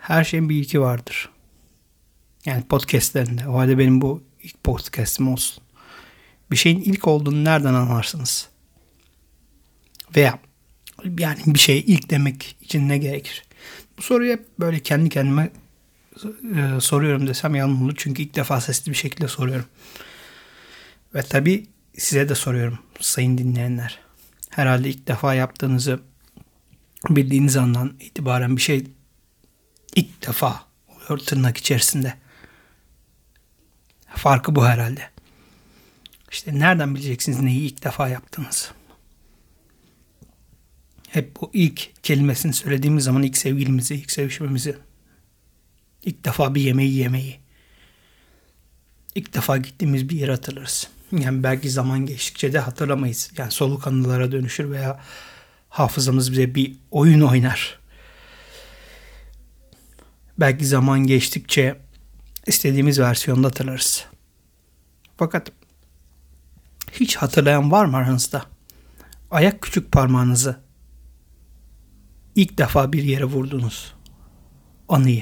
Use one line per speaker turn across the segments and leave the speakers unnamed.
Her şeyin bir ilki vardır. Yani podcastlerinde. O halde benim bu ilk podcastim olsun. Bir şeyin ilk olduğunu nereden anlarsınız? Veya yani bir şeye ilk demek için ne gerekir? Bu soruyu hep böyle kendi kendime soruyorum desem yalan olur. Çünkü ilk defa sesli bir şekilde soruyorum. Ve tabii size de soruyorum sayın dinleyenler. Herhalde ilk defa yaptığınızı bildiğiniz andan itibaren bir şey ilk defa oluyor tırnak içerisinde. Farkı bu herhalde. İşte nereden bileceksiniz neyi ilk defa yaptığınızı? Hep bu ilk kelimesini söylediğimiz zaman ilk sevgilimizi, ilk sevişmemizi, ilk defa bir yemeği yemeyi, ilk defa gittiğimiz bir yeri hatırlarız. Yani belki zaman geçtikçe de hatırlamayız. Yani soluk anılara dönüşür veya hafızamız bize bir oyun oynar. Belki zaman geçtikçe istediğimiz versiyonda hatırlarız. Fakat hiç hatırlayan var mı aranızda? Ayak küçük parmağınızı ilk defa bir yere vurdunuz anıyı.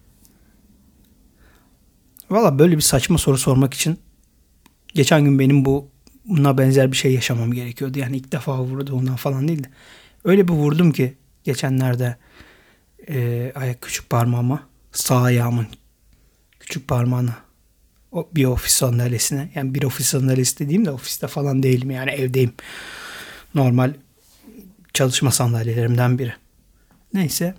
Valla böyle bir saçma soru sormak için geçen gün benim buna benzer bir şey yaşamam gerekiyordu. Yani ilk defa vurduğumdan falan değil de. Öyle bir vurdum ki geçenlerde ayak küçük parmağıma, sağ ayağımın küçük parmağına, bir ofis sandalyesine. Yani bir ofis sandalyesi dediğim de ofiste falan değilim, yani evdeyim. Normal çalışma sandalyelerimden biri. Neyse.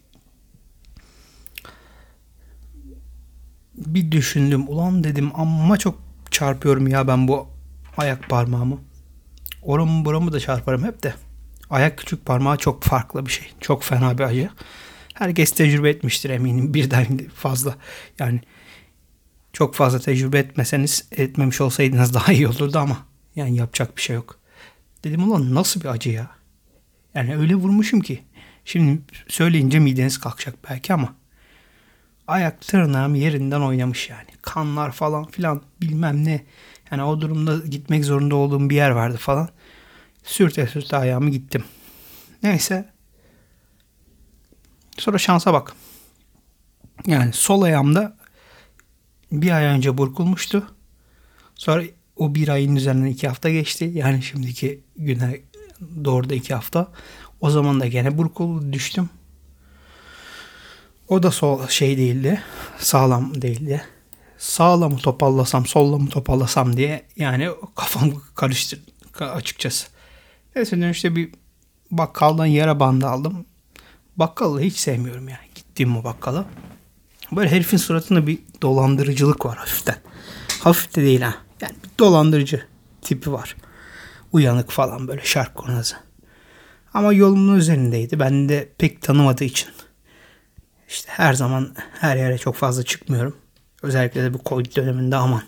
Bir düşündüm. Ulan dedim amma çok çarpıyorum ya ben bu ayak parmağımı. Oramı buramı da çarparım hep de. Ayak küçük parmağı çok farklı bir şey. Çok fena bir acı. Herkes tecrübe etmiştir eminim birden fazla. Yani çok fazla tecrübe etmemiş olsaydınız daha iyi olurdu ama yani yapacak bir şey yok. Dedim ulan nasıl bir acı ya. Yani öyle vurmuşum ki. Şimdi söyleyince mideniz kalkacak belki ama ayak tırnağım yerinden oynamış yani. Kanlar falan filan bilmem ne. Yani o durumda gitmek zorunda olduğum bir yer vardı falan. Sürte sürte ayağımı gittim. Neyse. Sonra şansa bak. Yani sol ayağımda bir ay önce burkulmuştu. Sonra o bir ayın üzerinden 2 hafta geçti. Yani şimdiki güne doğru da 2 hafta. O zaman da gene burkuldu, düştüm. O da değildi. Sağlam değildi. Sağla mı topallasam, solla mı topallasam diye yani kafam karıştı açıkçası. Neyse dönüşte bir bakkaldan yara bandı aldım. Bakkalı hiç sevmiyorum yani. Gittiğim o bakkala. Böyle herifin suratında bir dolandırıcılık var hafiften. Hafif de değil ha. Yani bir dolandırıcı tipi var. Uyanık falan böyle şark kurnazı. Ama yolumun üzerindeydi. Ben de pek tanımadığı için. İşte her zaman her yere çok fazla çıkmıyorum. Özellikle de bu Covid döneminde aman.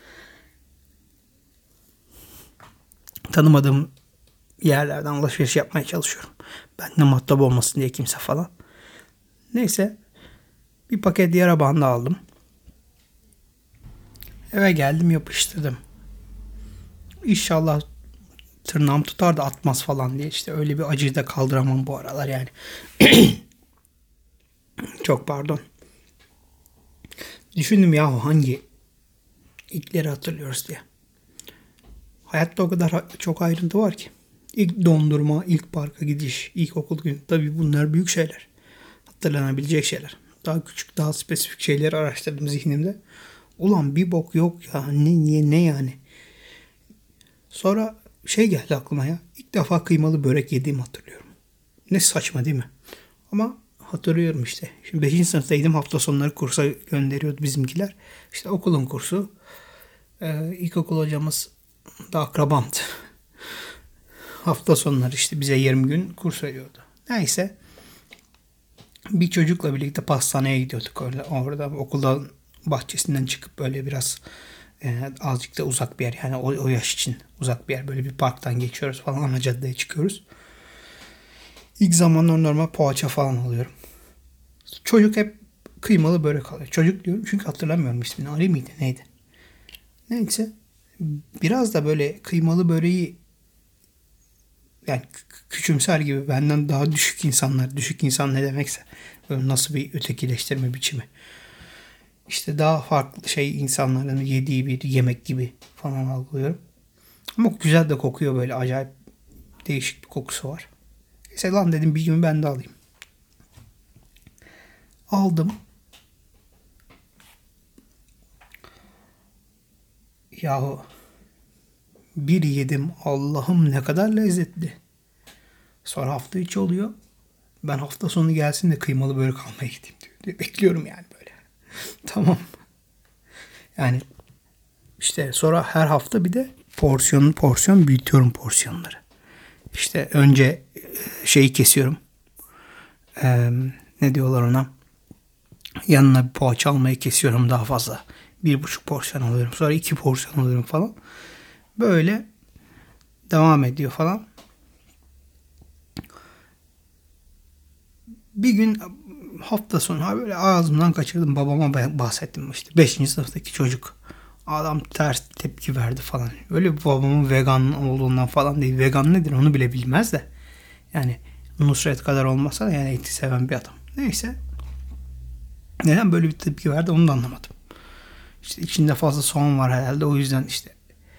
Tanımadığım yerlerden alışveriş yapmaya çalışıyorum. Benden muhatap olmasın diye kimse falan. Neyse bir paket yara bandı aldım. Eve geldim yapıştırdım. İnşallah tırnağım tutar da atmaz falan diye. İşte öyle bir acıyı da kaldıramam bu aralar yani. Çok pardon. Düşündüm yahu hangi ilkleri hatırlıyoruz diye. Hayatta o kadar çok ayrıntı var ki. İlk dondurma, ilk parka gidiş, ilk okul günü. Tabii bunlar büyük şeyler. Hatırlanabilecek şeyler. Daha küçük, daha spesifik şeyleri araştırdım zihnimde. Ulan bir bok yok ya. Ne yani? Sonra geldi aklıma ya. İlk defa kıymalı börek yediğimi hatırlıyorum. Ne saçma değil mi? Ama hatırlıyorum işte. Şimdi 5. sınıftaydım. Hafta sonları kursa gönderiyordu bizimkiler. İşte okulun kursu. İlkokul hocamız da akrabamdı. Hafta sonları işte bize 20 gün kurs veriyordu. Neyse. Bir çocukla birlikte pastaneye gidiyorduk. Orada okuldan bahçesinden çıkıp böyle biraz azıcık da uzak bir yer. Yani o yaş için uzak bir yer. Böyle bir parktan geçiyoruz falan. Ana caddeye çıkıyoruz. İlk zamanlar normal poğaça falan alıyorum. Çocuk hep kıymalı börek alıyor. Çocuk diyorum çünkü hatırlamıyorum ismini. Ali miydi neydi? Neyse. Biraz da böyle kıymalı böreği yani küçümser gibi benden daha düşük insanlar, düşük insan ne demekse, böyle nasıl bir ötekileştirme biçimi. İşte daha farklı şey insanların yediği bir yemek gibi falan algılıyorum. Ama güzel de kokuyor, böyle acayip değişik bir kokusu var. Neyse lan dedim, bir gün ben de alayım. Aldım. Yahu bir yedim, Allah'ım ne kadar lezzetli. Sonra hafta içi oluyor. Ben hafta sonu gelsin de kıymalı börek almaya gideyim diyor. Bekliyorum yani böyle. Tamam. Yani işte sonra her hafta bir de porsiyon büyütüyorum porsiyonları. İşte önce şeyi kesiyorum. Ne diyorlar ona? Yanına bir poğaça almayı kesiyorum daha fazla. 1,5 porsiyon alıyorum. Sonra 2 porsiyon alıyorum falan. Böyle devam ediyor falan. Bir gün hafta sonu böyle ağzımdan kaçırdım. Babama bahsettim işte. 5. sınıftaki çocuk. Adam ters tepki verdi falan. Öyle babamın vegan olduğundan falan değil. Vegan nedir onu bile bilmez de. Yani Nusret kadar olmasa da yani eti seven bir adam. Neyse. Neden böyle bir tepki verdi onu da anlamadım. İşte içinde fazla soğan var herhalde. O yüzden işte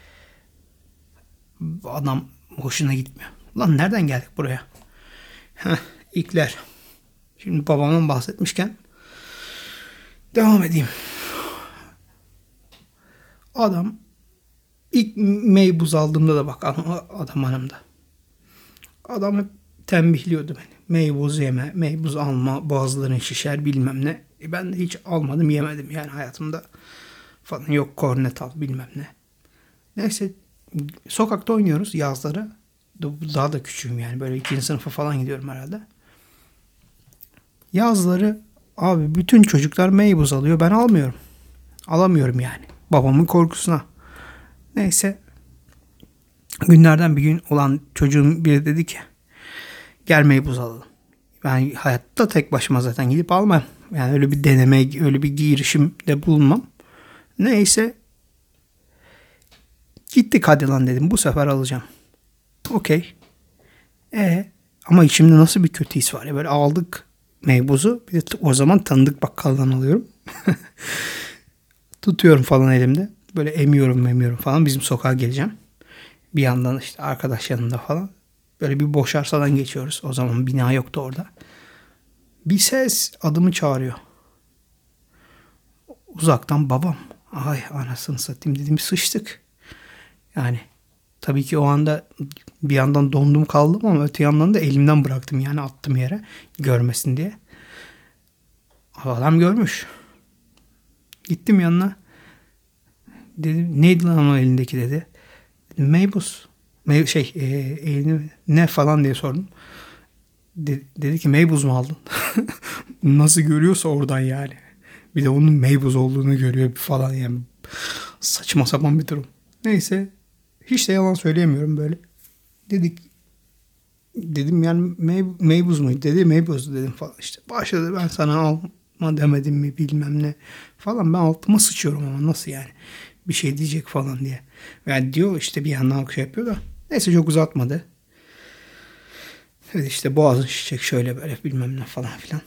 adam hoşuna gitmiyor. Lan nereden geldik buraya? Heh, ilkler. Şimdi babamdan bahsetmişken devam edeyim. Adam ilk meybuz aldığımda da bak adam hanımda. Adam hep tembihliyordu beni. Meybuz yeme, meybuz alma, boğazların şişer bilmem ne. Ben de hiç almadım, yemedim yani hayatımda falan. Yok kornet al bilmem ne. Neyse sokakta oynuyoruz yazları. Daha da küçüğüm yani, böyle 2. sınıfa falan gidiyorum herhalde. Yazları abi bütün çocuklar meybuz alıyor, ben almıyorum. Alamıyorum yani. Babamın korkusuna. Neyse günlerden bir gün olan çocuğun biri dedi ki gel meybuz alalım. Ben hayatta tek başıma zaten gidip almam. Yani öyle bir deneme, öyle bir girişimde bulunmam. Neyse gittik, hadi lan dedim, bu sefer alacağım. Okey. Ama içimde nasıl bir kötü his var ya, böyle aldık meybuzu. Bir de o zaman tanıdık bakkaldan alıyorum. Tutuyorum falan elimde. Böyle emiyorum falan, bizim sokağa geleceğim. Bir yandan işte arkadaş yanında falan. Böyle bir boş arsadan geçiyoruz. O zaman bina yoktu orada. Bir ses adımı çağırıyor. Uzaktan babam. Ay anasını satayım dedim, sıçtık. Yani tabii ki o anda bir yandan dondum kaldım ama öte yandan da elimden bıraktım, yani attım yere görmesin diye. Adam görmüş. Gittim yanına. Dedim neydi lan o elindeki dedi. Dedim meybuz. Elini ne falan diye sordum. Dedi ki meybuz mu aldın? Nasıl görüyorsa oradan yani. Bir de onun meybuz olduğunu görüyor falan yani. Saçma sapan bir durum. Neyse. Hiç de yalan söyleyemiyorum böyle. Dedim yani meybuz muydu? Dedi meybuz dedim falan işte. Başladı, ben sana alma demedim mi bilmem ne falan. Ben altıma sıçıyorum ama nasıl yani? Bir şey diyecek falan diye. Yani diyor işte, bir yandan şey yapıyor da. Neyse çok uzatmadı. Evet işte boğazın şişecek şöyle böyle bilmem ne falan filan.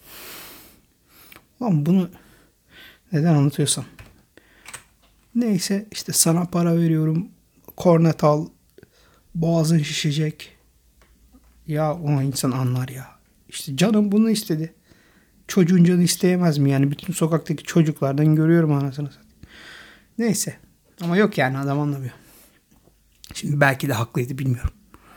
Lan bunu neden anlatıyorsam. Neyse işte sana para veriyorum. Kornet al. Boğazın şişecek. Ya o insan anlar ya. İşte canım bunu istedi. Çocuğun canı isteyemez mi? Yani bütün sokaktaki çocuklardan görüyorum anasını satayım. Neyse. Ama yok yani, adam anlamıyor. Şimdi belki de haklıydı, bilmiyorum.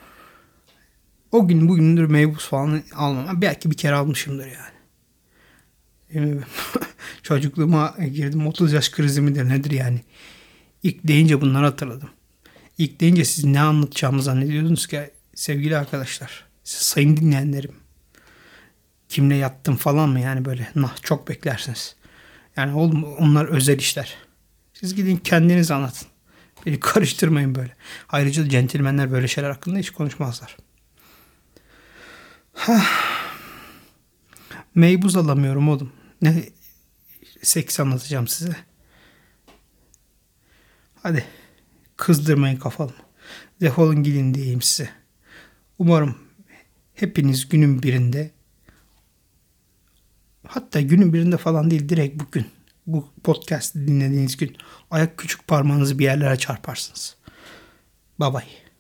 O gün bugündür meybuz falan almam. Belki bir kere almışımdır yani. Çocukluğuma girdim, 30 yaş krizi midir nedir yani. İlk deyince bunları hatırladım. İlk deyince siz ne anlatacağımı zannediyordunuz ki sevgili arkadaşlar. Siz sayın dinleyenlerim. Kimle yattım falan mı yani, böyle çok beklersiniz. Yani oğlum onlar özel işler. Siz gidin kendiniz anlatın. Beni karıştırmayın böyle. Ayrıca centilmenler böyle şeyler hakkında hiç konuşmazlar. Meybuz alamıyorum oğlum. Ne seks anlatacağım size. Hadi kızdırmayın kafamı. Defolun gidin diyeyim size. Umarım hepiniz günün birinde, hatta günün birinde falan değil, direkt bugün, bu podcast'ı dinlediğiniz gün ayak küçük parmağınızı bir yerlere çarparsınız. Bye bye.